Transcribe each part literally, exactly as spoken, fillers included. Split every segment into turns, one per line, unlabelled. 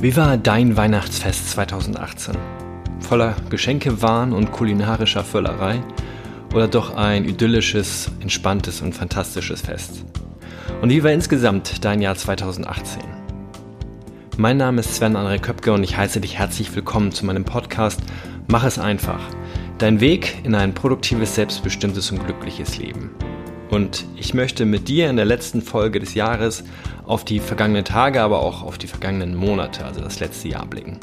Wie war dein Weihnachtsfest zweitausendachtzehn? Voller Geschenkewahn und kulinarischer Völlerei oder doch ein idyllisches, entspanntes und fantastisches Fest? Und wie war insgesamt dein Jahr zweitausendachtzehn? Mein Name ist Sven André Köpke und ich heiße dich herzlich willkommen zu meinem Podcast Mach es einfach. Dein Weg in ein produktives, selbstbestimmtes und glückliches Leben. Und ich möchte mit dir in der letzten Folge des Jahres auf die vergangenen Tage, aber auch auf die vergangenen Monate, also das letzte Jahr, blicken.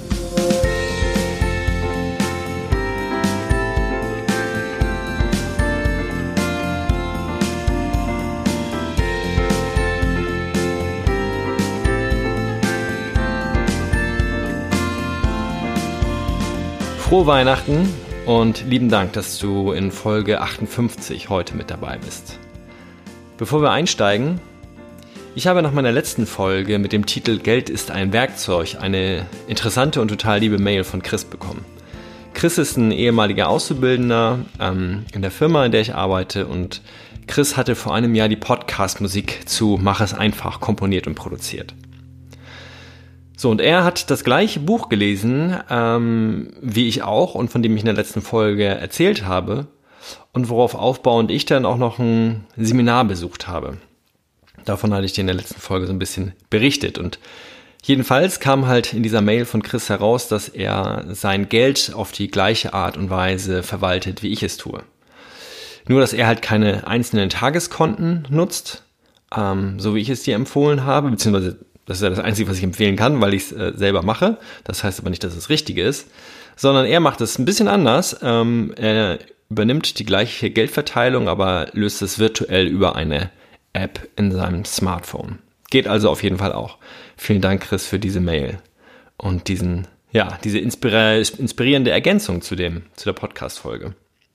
Frohe Weihnachten und lieben Dank, dass du in Folge achtundfünfzig heute mit dabei bist. Bevor wir einsteigen, ich habe nach meiner letzten Folge mit dem Titel Geld ist ein Werkzeug eine interessante und total liebe Mail von Chris bekommen. Chris ist ein ehemaliger Auszubildender ähm, in der Firma, in der ich arbeite, und Chris hatte vor einem Jahr die Podcast-Musik zu Mach es einfach komponiert und produziert. So, und er hat das gleiche Buch gelesen, ähm, wie ich auch, und von dem ich in der letzten Folge erzählt habe, und worauf aufbauend ich dann auch noch ein Seminar besucht habe. Davon hatte ich dir in der letzten Folge so ein bisschen berichtet. Und jedenfalls kam halt in dieser Mail von Chris heraus, dass er sein Geld auf die gleiche Art und Weise verwaltet, wie ich es tue. Nur, dass er halt keine einzelnen Tageskonten nutzt, ähm, so wie ich es dir empfohlen habe, beziehungsweise das ist ja das Einzige, was ich empfehlen kann, weil ich es äh, selber mache. Das heißt aber nicht, dass es das Richtige ist. Sondern er macht es ein bisschen anders. Ähm, er übernimmt die gleiche Geldverteilung, aber löst es virtuell über eine App in seinem Smartphone. Geht also auf jeden Fall auch. Vielen Dank, Chris, für diese Mail und diesen, ja, diese inspiri- inspirierende Ergänzung zu dem, zu der Podcast-Folge.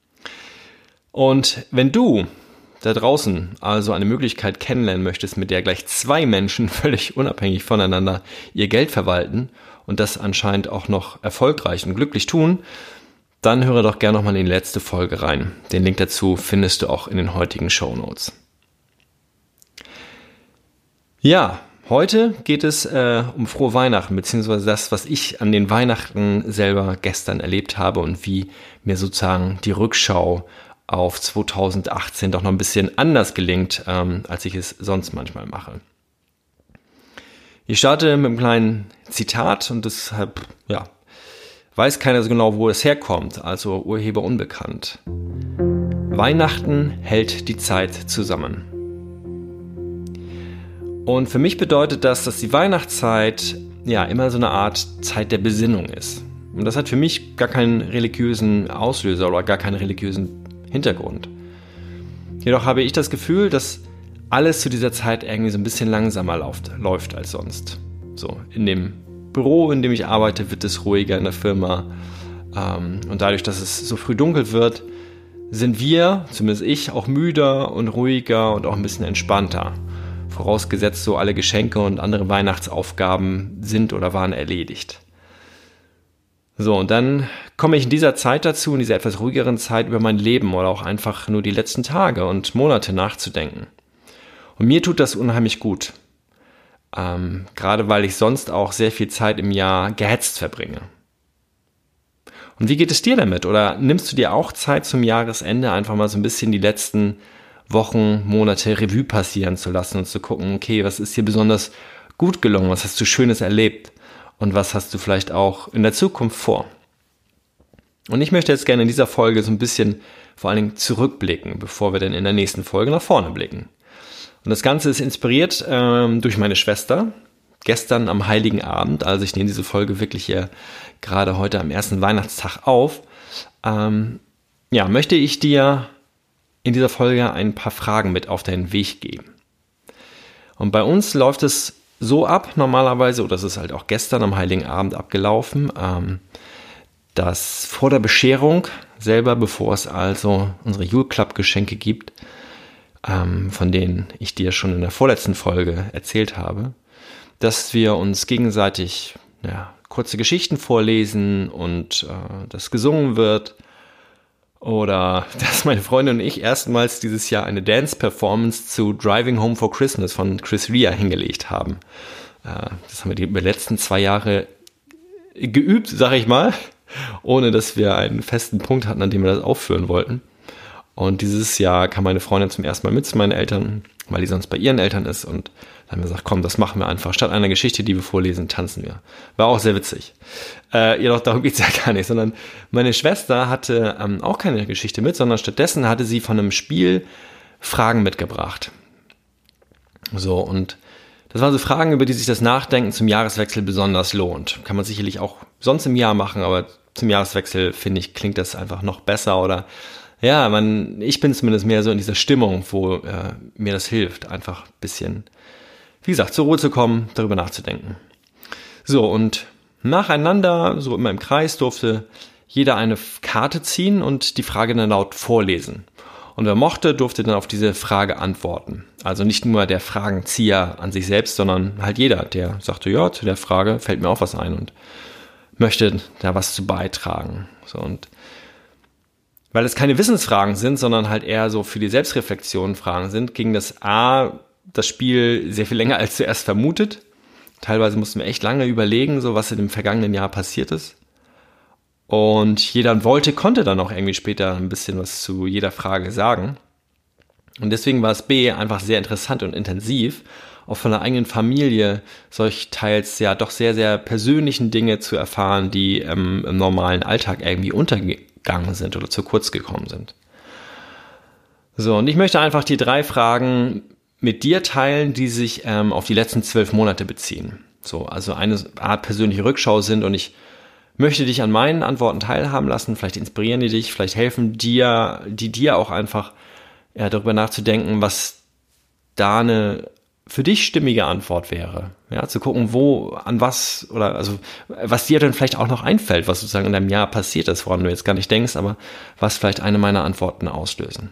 Und wenn du da draußen also eine Möglichkeit kennenlernen möchtest, mit der gleich zwei Menschen völlig unabhängig voneinander ihr Geld verwalten und das anscheinend auch noch erfolgreich und glücklich tun, dann höre doch gerne nochmal in die letzte Folge rein. Den Link dazu findest du auch in den heutigen Shownotes. Ja, heute geht es äh, um frohe Weihnachten, beziehungsweise das, was ich an den Weihnachten selber gestern erlebt habe und wie mir sozusagen die Rückschau auf zweitausendachtzehn doch noch ein bisschen anders gelingt, ähm, als ich es sonst manchmal mache. Ich starte mit einem kleinen Zitat und deshalb, ja, weiß keiner so genau, wo es herkommt, also Urheber unbekannt. Weihnachten hält die Zeit zusammen. Und für mich bedeutet das, dass die Weihnachtszeit ja immer so eine Art Zeit der Besinnung ist. Und das hat für mich gar keinen religiösen Auslöser oder gar keinen religiösen Hintergrund. Jedoch habe ich das Gefühl, dass alles zu dieser Zeit irgendwie so ein bisschen langsamer läuft, läuft als sonst. So, in dem Büro, in dem ich arbeite, wird es ruhiger in der Firma. Ähm, und dadurch, dass es so früh dunkel wird, sind wir, zumindest ich, auch müder und ruhiger und auch ein bisschen entspannter. Vorausgesetzt, so alle Geschenke und andere Weihnachtsaufgaben sind oder waren erledigt. So, und dann komme ich in dieser Zeit dazu, in dieser etwas ruhigeren Zeit, über mein Leben oder auch einfach nur die letzten Tage und Monate nachzudenken. Und mir tut das unheimlich gut. Ähm, gerade weil ich sonst auch sehr viel Zeit im Jahr gehetzt verbringe. Und wie geht es dir damit? Oder nimmst du dir auch Zeit zum Jahresende, einfach mal so ein bisschen die letzten Wochen, Monate Revue passieren zu lassen und zu gucken, okay, was ist dir besonders gut gelungen, was hast du Schönes erlebt? Und was hast du vielleicht auch in der Zukunft vor? Und ich möchte jetzt gerne in dieser Folge so ein bisschen vor allen Dingen zurückblicken, bevor wir dann in der nächsten Folge nach vorne blicken. Und das Ganze ist inspiriert ähm, durch meine Schwester. Gestern am Heiligen Abend, also ich nehme diese Folge wirklich hier gerade heute am ersten Weihnachtstag auf, ähm, ja, möchte ich dir in dieser Folge ein paar Fragen mit auf deinen Weg geben. Und bei uns läuft es so ab normalerweise, oder das ist halt auch gestern am Heiligen Abend abgelaufen, ähm, dass vor der Bescherung selber, bevor es also unsere Jule Club Geschenke gibt, ähm, von denen ich dir schon in der vorletzten Folge erzählt habe, dass wir uns gegenseitig ja, kurze Geschichten vorlesen und äh, das gesungen wird. Oder dass meine Freundin und ich erstmals dieses Jahr eine Dance-Performance zu Driving Home for Christmas von Chris Rea hingelegt haben. Äh, das haben wir die über die letzten zwei Jahre geübt, sage ich mal, ohne dass wir einen festen Punkt hatten, an dem wir das aufführen wollten. Und dieses Jahr kam meine Freundin zum ersten Mal mit zu meinen Eltern, weil die sonst bei ihren Eltern ist. Und dann haben wir gesagt, komm, das machen wir einfach. Statt einer Geschichte, die wir vorlesen, tanzen wir. War auch sehr witzig. Äh, jedoch darum geht's ja gar nicht, sondern meine Schwester hatte ähm, auch keine Geschichte mit, sondern stattdessen hatte sie von einem Spiel Fragen mitgebracht. So, und das waren so Fragen, über die sich das Nachdenken zum Jahreswechsel besonders lohnt. Kann man sicherlich auch sonst im Jahr machen, aber zum Jahreswechsel, finde ich, klingt das einfach noch besser oder ja, man, ich bin zumindest mehr so in dieser Stimmung, wo äh, mir das hilft, einfach ein bisschen, wie gesagt, zur Ruhe zu kommen, darüber nachzudenken. So, und nacheinander, so immer im Kreis, durfte jeder eine Karte ziehen und die Frage dann laut vorlesen. Und wer mochte, durfte dann auf diese Frage antworten. Also nicht nur der Fragenzieher an sich selbst, sondern halt jeder, der sagte, ja, zu der Frage fällt mir auch was ein und möchte da was zu beitragen. So, und weil es keine Wissensfragen sind, sondern halt eher so für die Selbstreflexion Fragen sind, ging das A, das Spiel sehr viel länger als zuerst vermutet. Teilweise mussten wir echt lange überlegen, so was in dem vergangenen Jahr passiert ist. Und jeder wollte, konnte dann auch irgendwie später ein bisschen was zu jeder Frage sagen. Und deswegen war es B, einfach sehr interessant und intensiv, auch von der eigenen Familie solch teils ja doch sehr, sehr persönlichen Dinge zu erfahren, die ähm, im normalen Alltag irgendwie untergegangen sind oder zu kurz gekommen sind. So, und ich möchte einfach die drei Fragen mit dir teilen, die sich ähm, auf die letzten zwölf Monate beziehen. So, also eine Art persönliche Rückschau sind und ich möchte dich an meinen Antworten teilhaben lassen, vielleicht inspirieren die dich, vielleicht helfen dir, die dir auch einfach ja, darüber nachzudenken, was da eine für dich stimmige Antwort wäre. Ja, zu gucken, wo, an was, oder also was dir dann vielleicht auch noch einfällt, was sozusagen in deinem Jahr passiert ist, woran du jetzt gar nicht denkst, aber was vielleicht eine meiner Antworten auslösen.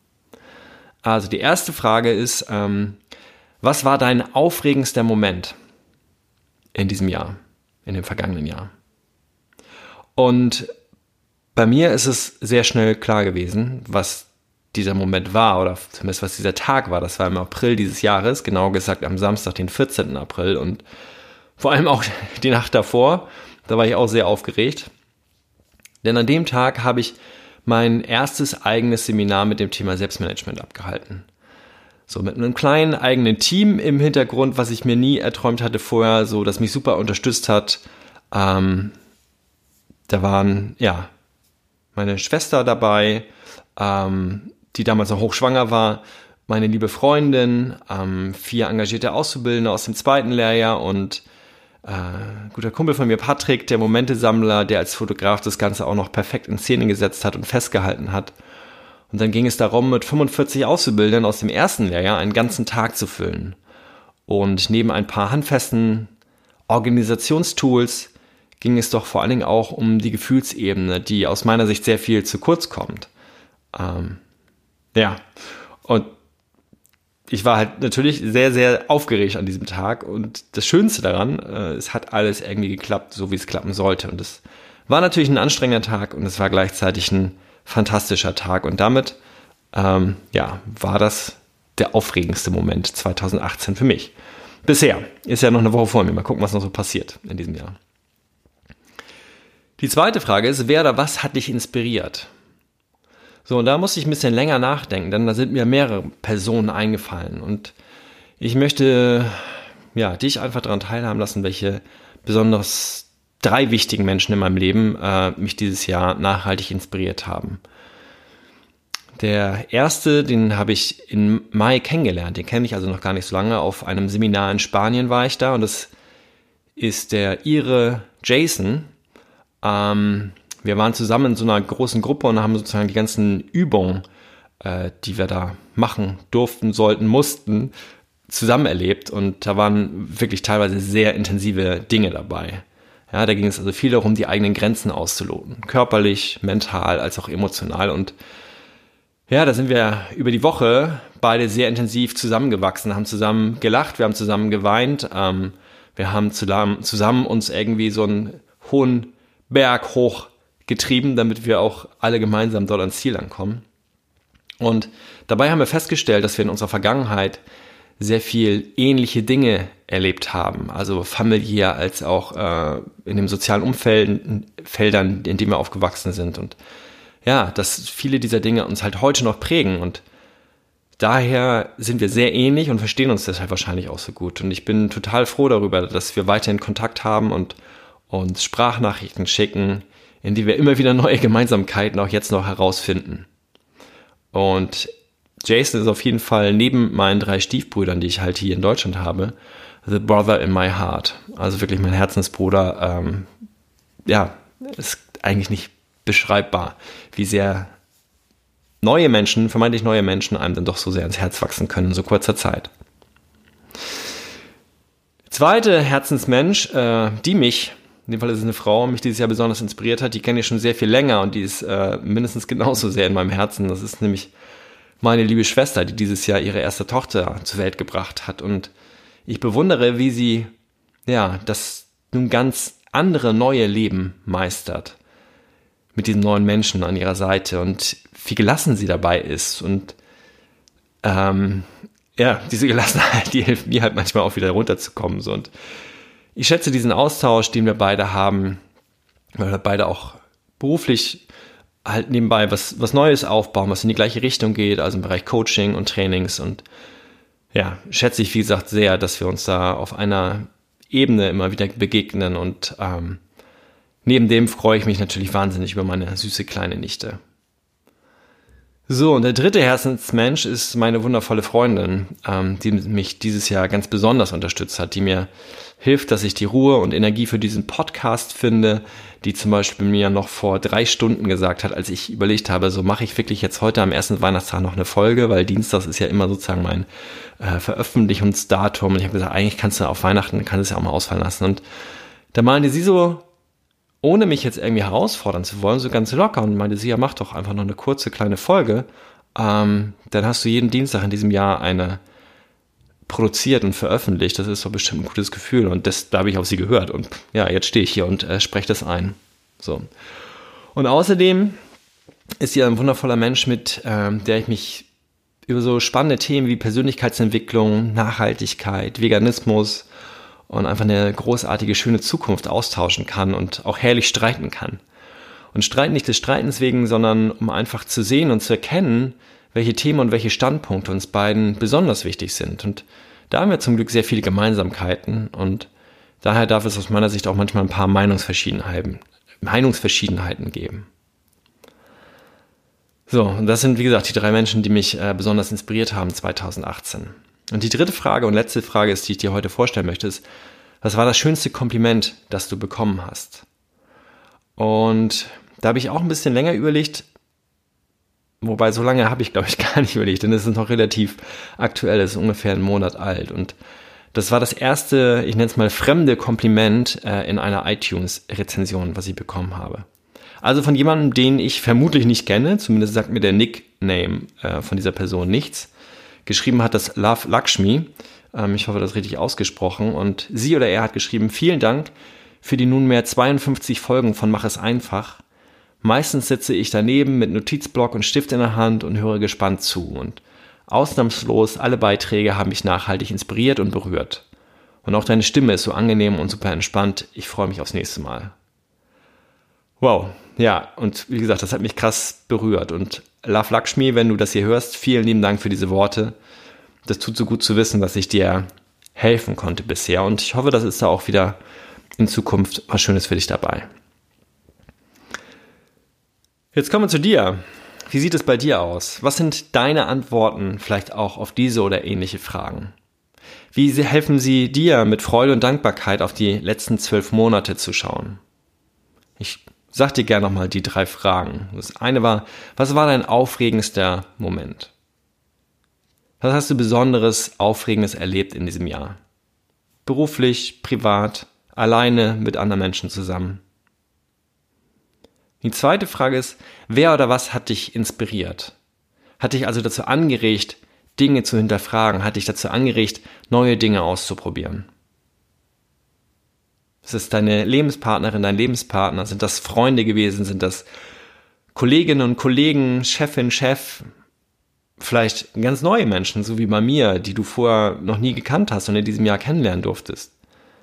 Also die erste Frage ist, ähm, was war dein aufregendster Moment in diesem Jahr, in dem vergangenen Jahr? Und bei mir ist es sehr schnell klar gewesen, was dieser Moment war oder zumindest was dieser Tag war. Das war im April dieses Jahres, genau gesagt am Samstag, den vierzehnten April und vor allem auch die Nacht davor, da war ich auch sehr aufgeregt. Denn an dem Tag habe ich mein erstes eigenes Seminar mit dem Thema Selbstmanagement abgehalten. So mit einem kleinen eigenen Team im Hintergrund, was ich mir nie erträumt hatte vorher, so das mich super unterstützt hat. Ähm, da waren, ja, meine Schwester dabei, ähm, die damals noch hochschwanger war, meine liebe Freundin, ähm, vier engagierte Auszubildende aus dem zweiten Lehrjahr und äh, guter Kumpel von mir, Patrick, der Momentesammler, der als Fotograf das Ganze auch noch perfekt in Szene gesetzt hat und festgehalten hat. Und dann ging es darum, mit fünfundvierzig Auszubildenden aus dem ersten Lehrjahr einen ganzen Tag zu füllen. Und neben ein paar handfesten Organisationstools ging es doch vor allen Dingen auch um die Gefühlsebene, die aus meiner Sicht sehr viel zu kurz kommt. Ähm, ja, und ich war halt natürlich sehr, sehr aufgeregt an diesem Tag und das Schönste daran, äh, es hat alles irgendwie geklappt, so wie es klappen sollte. Und es war natürlich ein anstrengender Tag und es war gleichzeitig ein fantastischer Tag und damit ähm, ja, war das der aufregendste Moment zweitausendachtzehn für mich. Bisher, ist ja noch eine Woche vor mir, mal gucken, was noch so passiert in diesem Jahr. Die zweite Frage ist, wer oder was hat dich inspiriert? So, und da musste ich ein bisschen länger nachdenken, denn da sind mir mehrere Personen eingefallen und ich möchte ja, dich einfach daran teilhaben lassen, welche besonders drei wichtigen Menschen in meinem Leben äh, mich dieses Jahr nachhaltig inspiriert haben. Der erste, den habe ich im Mai kennengelernt, den kenne ich also noch gar nicht so lange, auf einem Seminar in Spanien war ich da und das ist der Ire Jason. Ähm, wir waren zusammen in so einer großen Gruppe und haben sozusagen die ganzen Übungen, äh, die wir da machen durften, sollten, mussten, zusammen erlebt und da waren wirklich teilweise sehr intensive Dinge dabei. Ja, da ging es also viel darum, die eigenen Grenzen auszuloten, körperlich, mental, als auch emotional und ja, da sind wir über die Woche beide sehr intensiv zusammengewachsen, haben zusammen gelacht, wir haben zusammen geweint, ähm, wir haben zusammen, zusammen uns irgendwie so einen hohen Berg hoch getrieben, damit wir auch alle gemeinsam dort ans Ziel ankommen. Und dabei haben wir festgestellt, dass wir in unserer Vergangenheit sehr viel ähnliche Dinge erlebt haben, also familiär als auch äh, in dem sozialen Umfeld, Feldern, in denen wir aufgewachsen sind. Und ja, dass viele dieser Dinge uns halt heute noch prägen und daher sind wir sehr ähnlich und verstehen uns deshalb wahrscheinlich auch so gut. Und ich bin total froh darüber, dass wir weiterhin Kontakt haben und uns Sprachnachrichten schicken, in die wir immer wieder neue Gemeinsamkeiten auch jetzt noch herausfinden. Und Jason ist auf jeden Fall neben meinen drei Stiefbrüdern, die ich halt hier in Deutschland habe, the brother in my heart. Also wirklich mein Herzensbruder. Ähm, ja, ist eigentlich nicht beschreibbar, wie sehr neue Menschen, vermeintlich neue Menschen einem dann doch so sehr ins Herz wachsen können in so kurzer Zeit. Zweite Herzensmensch, äh, die mich, in dem Fall ist es eine Frau, mich dieses Jahr besonders inspiriert hat, die kenne ich schon sehr viel länger und die ist äh, mindestens genauso sehr in meinem Herzen. Das ist nämlich meine liebe Schwester, die dieses Jahr ihre erste Tochter zur Welt gebracht hat. Und ich bewundere, wie sie ja das nun ganz andere neue Leben meistert. Mit diesem neuen Menschen an ihrer Seite und wie gelassen sie dabei ist. Und ähm, ja, diese Gelassenheit, die hilft mir halt manchmal auch wieder runterzukommen. So. Und ich schätze diesen Austausch, den wir beide haben, weil wir beide auch beruflich halt nebenbei was, was Neues aufbauen, was in die gleiche Richtung geht, also im Bereich Coaching und Trainings. Und ja, schätze ich, wie gesagt, sehr, dass wir uns da auf einer Ebene immer wieder begegnen. Und ähm, neben dem freue ich mich natürlich wahnsinnig über meine süße kleine Nichte. So, und der dritte Herzensmensch ist meine wundervolle Freundin, ähm, die mich dieses Jahr ganz besonders unterstützt hat, die mir hilft, dass ich die Ruhe und Energie für diesen Podcast finde, die zum Beispiel mir noch vor drei Stunden gesagt hat, als ich überlegt habe, so mache ich wirklich jetzt heute am ersten Weihnachtstag noch eine Folge, weil Dienstags ist ja immer sozusagen mein äh, Veröffentlichungsdatum und ich habe gesagt, eigentlich kannst du auf Weihnachten, kannst du es ja auch mal ausfallen lassen. Und da meinte sie so, ohne mich jetzt irgendwie herausfordern zu wollen, so ganz locker und meinte sie, ja mach doch einfach noch eine kurze kleine Folge, ähm, dann hast du jeden Dienstag in diesem Jahr eine produziert und veröffentlicht, das ist doch bestimmt ein gutes Gefühl und das, da habe ich auf sie gehört und ja, jetzt stehe ich hier und äh, spreche das ein. So. Und außerdem ist sie ein wundervoller Mensch, mit ähm, der ich mich über so spannende Themen wie Persönlichkeitsentwicklung, Nachhaltigkeit, Veganismus und einfach eine großartige, schöne Zukunft austauschen kann und auch herrlich streiten kann. Und streiten nicht des Streitens wegen, sondern um einfach zu sehen und zu erkennen, welche Themen und welche Standpunkte uns beiden besonders wichtig sind. Und da haben wir zum Glück sehr viele Gemeinsamkeiten und daher darf es aus meiner Sicht auch manchmal ein paar Meinungsverschiedenheiten, Meinungsverschiedenheiten geben. So, und das sind, wie gesagt, die drei Menschen, die mich äh, besonders inspiriert haben zwanzig achtzehn. Und die dritte Frage und letzte Frage ist, die ich dir heute vorstellen möchte, ist, was war das schönste Kompliment, das du bekommen hast? Und da habe ich auch ein bisschen länger überlegt, wobei so lange habe ich, glaube ich, gar nicht überlegt, denn es ist noch relativ aktuell, es ist ungefähr einen Monat alt. Und das war das erste, ich nenne es mal fremde Kompliment äh, in einer iTunes-Rezension, was ich bekommen habe. Also von jemandem, den ich vermutlich nicht kenne, zumindest sagt mir der Nickname äh, von dieser Person nichts. Geschrieben hat das Love Lakshmi, ähm, ich hoffe, das ist richtig ausgesprochen. Und sie oder er hat geschrieben, vielen Dank für die nunmehr zweiundfünfzig Folgen von Mach es einfach. Meistens sitze ich daneben mit Notizblock und Stift in der Hand und höre gespannt zu. Und ausnahmslos alle Beiträge haben mich nachhaltig inspiriert und berührt. Und auch deine Stimme ist so angenehm und super entspannt. Ich freue mich aufs nächste Mal. Wow, ja, und wie gesagt, das hat mich krass berührt. Und Love Lakshmi, wenn du das hier hörst, vielen lieben Dank für diese Worte. Das tut so gut zu wissen, dass ich dir helfen konnte bisher. Und ich hoffe, das ist da auch wieder in Zukunft was Schönes für dich dabei. Jetzt kommen wir zu dir. Wie sieht es bei dir aus? Was sind deine Antworten vielleicht auch auf diese oder ähnliche Fragen? Wie helfen sie dir, mit Freude und Dankbarkeit auf die letzten zwölf Monate zu schauen? Ich sag dir gerne nochmal die drei Fragen. Das eine war, was war dein aufregendster Moment? Was hast du Besonderes, Aufregendes erlebt in diesem Jahr? Beruflich, privat, alleine, mit anderen Menschen zusammen? Die zweite Frage ist, wer oder was hat dich inspiriert? Hat dich also dazu angeregt, Dinge zu hinterfragen? Hat dich dazu angeregt, neue Dinge auszuprobieren? Ist es deine Lebenspartnerin, dein Lebenspartner? Sind das Freunde gewesen? Sind das Kolleginnen und Kollegen, Chefin, Chef, vielleicht ganz neue Menschen, so wie bei mir, die du vorher noch nie gekannt hast und in diesem Jahr kennenlernen durftest.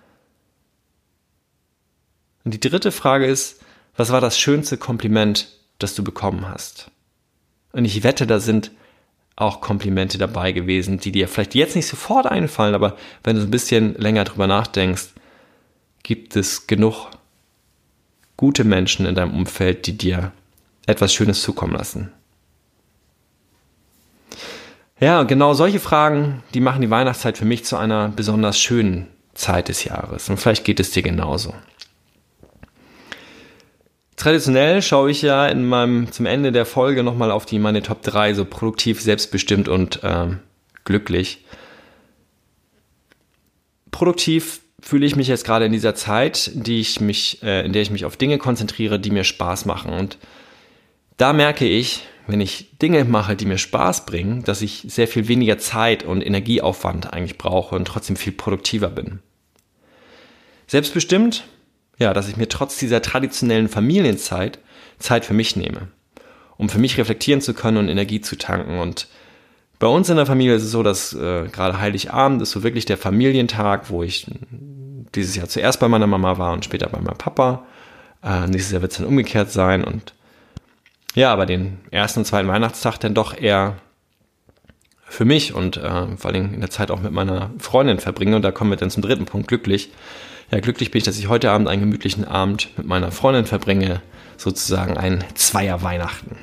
Und die dritte Frage ist, was war das schönste Kompliment, das du bekommen hast? Und ich wette, da sind auch Komplimente dabei gewesen, die dir vielleicht jetzt nicht sofort einfallen, aber wenn du so ein bisschen länger drüber nachdenkst, gibt es genug gute Menschen in deinem Umfeld, die dir etwas Schönes zukommen lassen. Ja, und genau solche Fragen, die machen die Weihnachtszeit für mich zu einer besonders schönen Zeit des Jahres. Und vielleicht geht es dir genauso. Traditionell schaue ich ja in meinem, zum Ende der Folge nochmal auf die meine Top drei, so produktiv, selbstbestimmt und ähm, glücklich. Produktiv fühle ich mich jetzt gerade in dieser Zeit, die ich mich, äh, in der ich mich auf Dinge konzentriere, die mir Spaß machen. Und da merke ich, wenn ich Dinge mache, die mir Spaß bringen, dass ich sehr viel weniger Zeit und Energieaufwand eigentlich brauche und trotzdem viel produktiver bin. Selbstbestimmt, ja, dass ich mir trotz dieser traditionellen Familienzeit Zeit für mich nehme, um für mich reflektieren zu können und Energie zu tanken. Und bei uns in der Familie ist es so, dass äh, gerade Heiligabend ist so wirklich der Familientag, wo ich dieses Jahr zuerst bei meiner Mama war und später bei meinem Papa. Äh, nächstes Jahr wird es dann umgekehrt sein und ja, aber den ersten und zweiten Weihnachtstag dann doch eher für mich und äh, vor allem in der Zeit auch mit meiner Freundin verbringe. Und da kommen wir dann zum dritten Punkt, glücklich. Ja, glücklich bin ich, dass ich heute Abend einen gemütlichen Abend mit meiner Freundin verbringe, sozusagen ein Zweier-Weihnachten.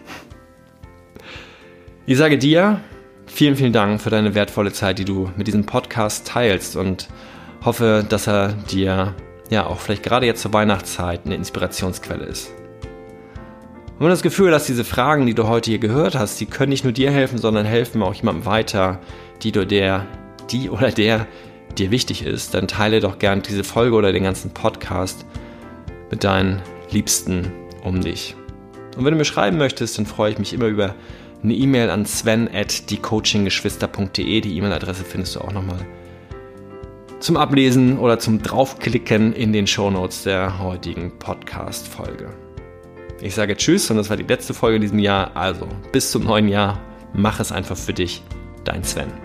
Ich sage dir vielen, vielen Dank für deine wertvolle Zeit, die du mit diesem Podcast teilst und hoffe, dass er dir ja auch vielleicht gerade jetzt zur Weihnachtszeit eine Inspirationsquelle ist. Und wenn du das Gefühl hast, diese Fragen, die du heute hier gehört hast, die können nicht nur dir helfen, sondern helfen auch jemandem weiter, die oder der, die oder der dir wichtig ist, dann teile doch gern diese Folge oder den ganzen Podcast mit deinen Liebsten um dich. Und wenn du mir schreiben möchtest, dann freue ich mich immer über eine E-Mail an sven at diecoachinggeschwister punkt de. Die E-Mail-Adresse findest du auch nochmal zum Ablesen oder zum Draufklicken in den Shownotes der heutigen Podcast-Folge. Ich sage Tschüss und das war die letzte Folge in diesem Jahr. Also bis zum neuen Jahr. Mach es einfach für dich. Dein Sven.